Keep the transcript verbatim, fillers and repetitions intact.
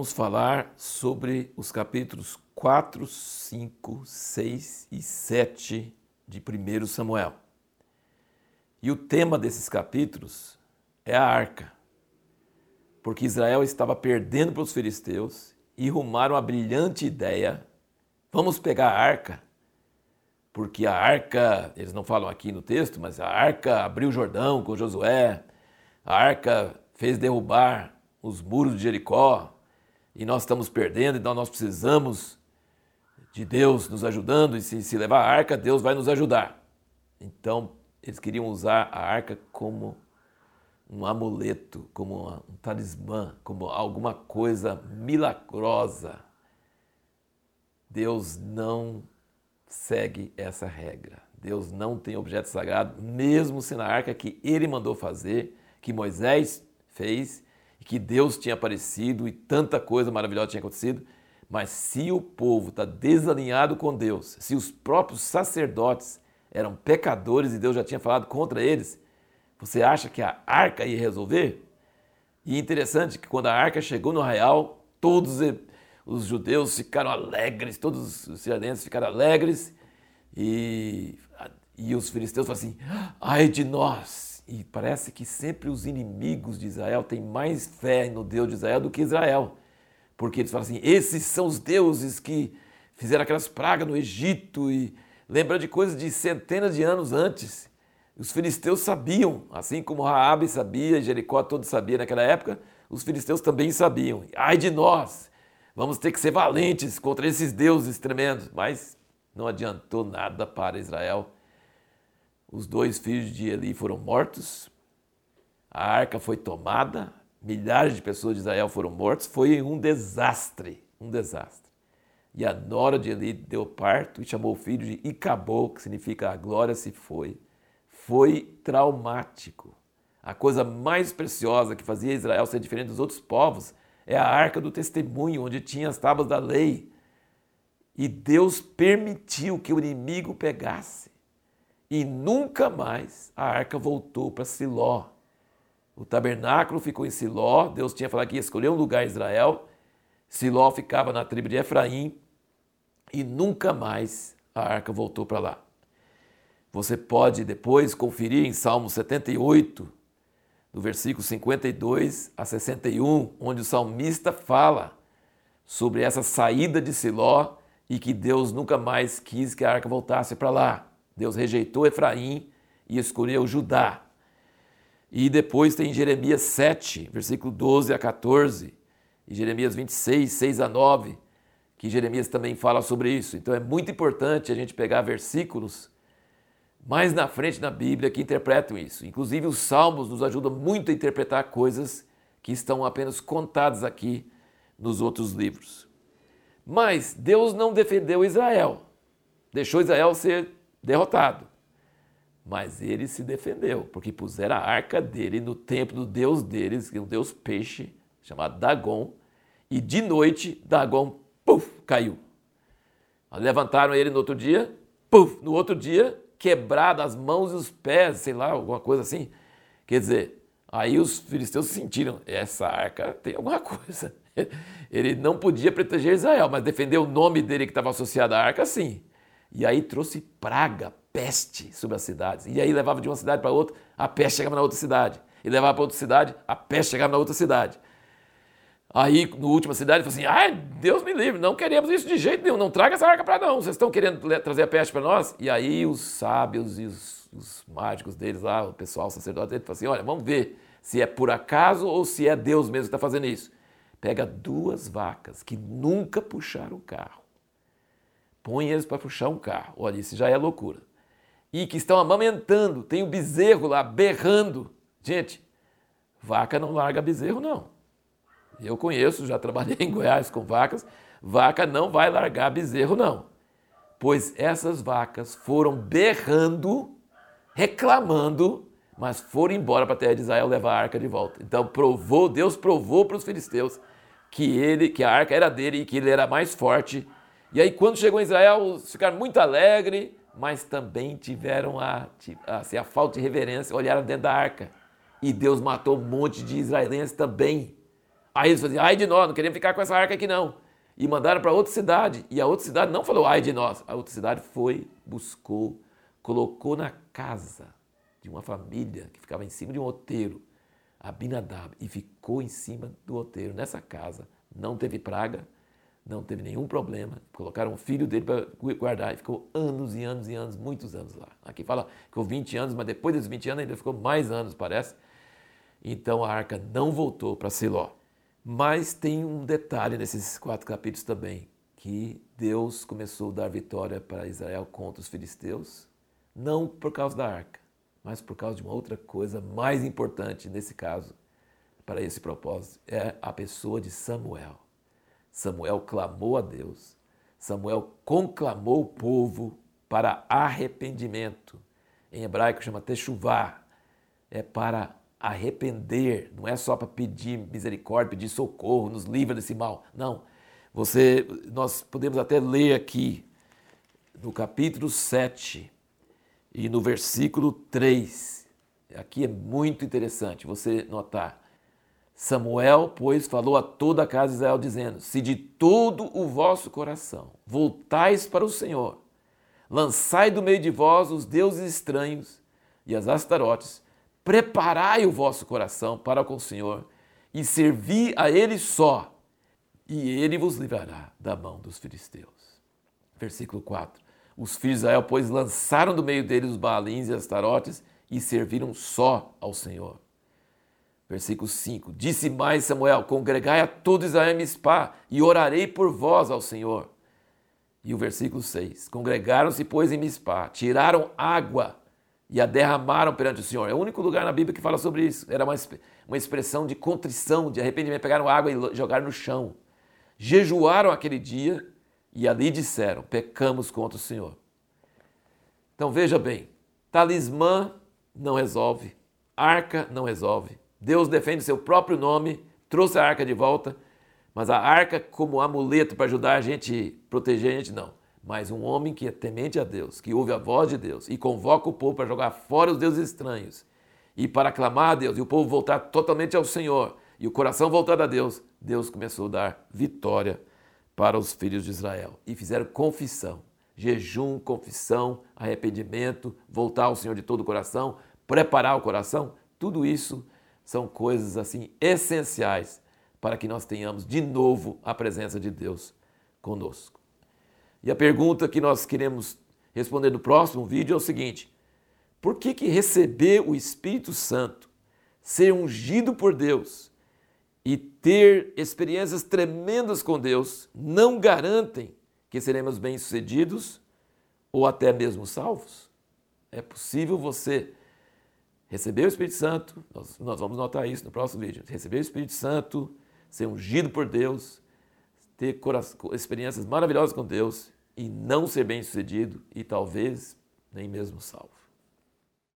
vamos falar sobre os capítulos quatro, cinco, seis e sete de primeiro Samuel. E o tema desses capítulos é a arca, porque Israel estava perdendo para os filisteus e rumaram a brilhante ideia: vamos pegar a arca, porque a arca, eles não falam aqui no texto, mas a arca abriu o Jordão com Josué, a arca fez derrubar os muros de Jericó, e nós estamos perdendo, então nós precisamos de Deus nos ajudando, e se, se levar a arca, Deus vai nos ajudar. Então, eles queriam usar a arca como um amuleto, como um talismã, como alguma coisa milagrosa. Deus não segue essa regra. Deus não tem objeto sagrado, mesmo sendo a arca que ele mandou fazer, que Moisés fez, e que Deus tinha aparecido e tanta coisa maravilhosa tinha acontecido. Mas se o povo está desalinhado com Deus, se os próprios sacerdotes eram pecadores e Deus já tinha falado contra eles, você acha que a arca ia resolver? E interessante que quando a arca chegou no arraial, todos os judeus ficaram alegres, todos os israelenses ficaram alegres, e, e os filisteus falaram assim: ai de nós! E parece que sempre os inimigos de Israel têm mais fé no Deus de Israel do que Israel. Porque eles falam assim: esses são os deuses que fizeram aquelas pragas no Egito, e lembra de coisas de centenas de anos antes. Os filisteus sabiam, assim como Raabe sabia, Jericó todos sabiam naquela época, os filisteus também sabiam. Ai de nós, vamos ter que ser valentes contra esses deuses tremendos. Mas não adiantou nada para Israel. Os dois filhos de Eli foram mortos, a arca foi tomada, milhares de pessoas de Israel foram mortas, foi um desastre, um desastre. E a nora de Eli deu parto e chamou o filho de Icabô, que significa a glória se foi. Foi traumático. A coisa mais preciosa que fazia Israel ser diferente dos outros povos é a arca do testemunho, onde tinha as tábuas da lei. E Deus permitiu que o inimigo pegasse. E nunca mais a arca voltou para Siló. O tabernáculo ficou em Siló, Deus tinha falado que ia escolher um lugar em Israel. Siló ficava na tribo de Efraim e nunca mais a arca voltou para lá. Você pode depois conferir em Salmo setenta e oito, do versículo cinquenta e dois a sessenta e um, onde o salmista fala sobre essa saída de Siló e que Deus nunca mais quis que a arca voltasse para lá. Deus rejeitou Efraim e escolheu Judá. E depois tem Jeremias sete, versículo doze a quatorze, e Jeremias vinte e seis, seis a nove, que Jeremias também fala sobre isso. Então é muito importante a gente pegar versículos mais na frente na Bíblia que interpretam isso. Inclusive os Salmos nos ajudam muito a interpretar coisas que estão apenas contadas aqui nos outros livros. Mas Deus não defendeu Israel, deixou Israel ser derrotado. Mas ele se defendeu, porque puseram a arca dele no templo do Deus deles, que é um Deus peixe, chamado Dagon, e de noite Dagon, puf, caiu. Levantaram ele no outro dia, puf, no outro dia, quebrado as mãos e os pés, sei lá, alguma coisa assim. Quer dizer, aí os filisteus sentiram: essa arca tem alguma coisa. Ele não podia proteger Israel, mas defender o nome dele que estava associado à arca, sim. E aí trouxe praga, peste sobre as cidades. E aí levava de uma cidade para outra, a peste chegava na outra cidade. E levava para outra cidade, a peste chegava na outra cidade. Aí, na última cidade, ele falou assim: ai, Deus me livre, não queremos isso de jeito nenhum, não traga essa arca para não, vocês estão querendo trazer a peste para nós? E aí os sábios e os, os mágicos deles lá, o pessoal, o sacerdote dele, falou assim: olha, vamos ver se é por acaso ou se é Deus mesmo que está fazendo isso. Pega duas vacas que nunca puxaram o carro, põe eles para puxar um carro, olha, isso já é loucura, e que estão amamentando, tem o bezerro lá berrando. Gente, vaca não larga bezerro, não. Eu conheço, já trabalhei em Goiás com vacas, vaca não vai largar bezerro, não. Pois essas vacas foram berrando, reclamando, mas foram embora para a terra de Israel levar a arca de volta. Então provou, Deus provou para os filisteus que, ele, que a arca era dele e que ele era mais forte. E aí quando chegou em Israel, ficaram muito alegres, mas também tiveram a, assim, a falta de reverência, olharam dentro da arca. E Deus matou um monte de israelenses também. Aí eles faziam, ai de nós, não queremos ficar com essa arca aqui não. E mandaram para outra cidade. E a outra cidade não falou, ai de nós. A outra cidade foi, buscou, colocou na casa de uma família que ficava em cima de um outeiro, Abinadab, e ficou em cima do outeiro. Nessa casa não teve praga, não teve nenhum problema. Colocaram o filho dele para guardar e ficou anos e anos e anos, muitos anos lá. Aqui fala que ficou vinte anos, mas depois dos vinte anos ainda ficou mais anos, parece. Então a arca não voltou para Siló. Mas tem um detalhe nesses quatro capítulos também, que Deus começou a dar vitória para Israel contra os filisteus, não por causa da arca, mas por causa de uma outra coisa mais importante nesse caso, para esse propósito, é a pessoa de Samuel. Samuel clamou a Deus, Samuel conclamou o povo para arrependimento. Em hebraico chama techuvá, é para arrepender, não é só para pedir misericórdia, pedir socorro, nos livra desse mal. Não, você, nós podemos até ler aqui no capítulo sete e no versículo três. Aqui é muito interessante você notar. Samuel, pois, falou a toda a casa de Israel, dizendo, se de todo o vosso coração voltais para o Senhor, lançai do meio de vós os deuses estranhos e as astarotes, preparai o vosso coração para com o Senhor e servi a Ele só, e Ele vos livrará da mão dos filisteus. Versículo quatro. Os filhos de Israel, pois, lançaram do meio deles os baalins e as astarotes e serviram só ao Senhor. Versículo cinco. Disse mais Samuel, congregai a todo Israel em Mispá e orarei por vós ao Senhor. E o versículo seis. Congregaram-se, pois, em Mispá, tiraram água e a derramaram perante o Senhor. É o único lugar na Bíblia que fala sobre isso. Era uma, uma expressão de contrição, de arrependimento. Pegaram água e jogaram no chão. Jejuaram aquele dia e ali disseram, pecamos contra o Senhor. Então veja bem, talismã não resolve, arca não resolve. Deus defende seu próprio nome, trouxe a arca de volta, mas a arca como amuleto para ajudar a gente, proteger a gente, não. Mas um homem que é temente a Deus, que ouve a voz de Deus e convoca o povo para jogar fora os deuses estranhos e para clamar a Deus e o povo voltar totalmente ao Senhor e o coração voltado a Deus, Deus começou a dar vitória para os filhos de Israel e fizeram confissão, jejum, confissão, arrependimento, voltar ao Senhor de todo o coração, preparar o coração, tudo isso são coisas assim essenciais para que nós tenhamos de novo a presença de Deus conosco. E a pergunta que nós queremos responder no próximo vídeo é o seguinte: por que que receber o Espírito Santo, ser ungido por Deus e ter experiências tremendas com Deus não garantem que seremos bem-sucedidos ou até mesmo salvos? É possível você receber o Espírito Santo, nós, nós vamos notar isso no próximo vídeo, receber o Espírito Santo, ser ungido por Deus, ter experiências maravilhosas com Deus e não ser bem-sucedido e talvez nem mesmo salvo.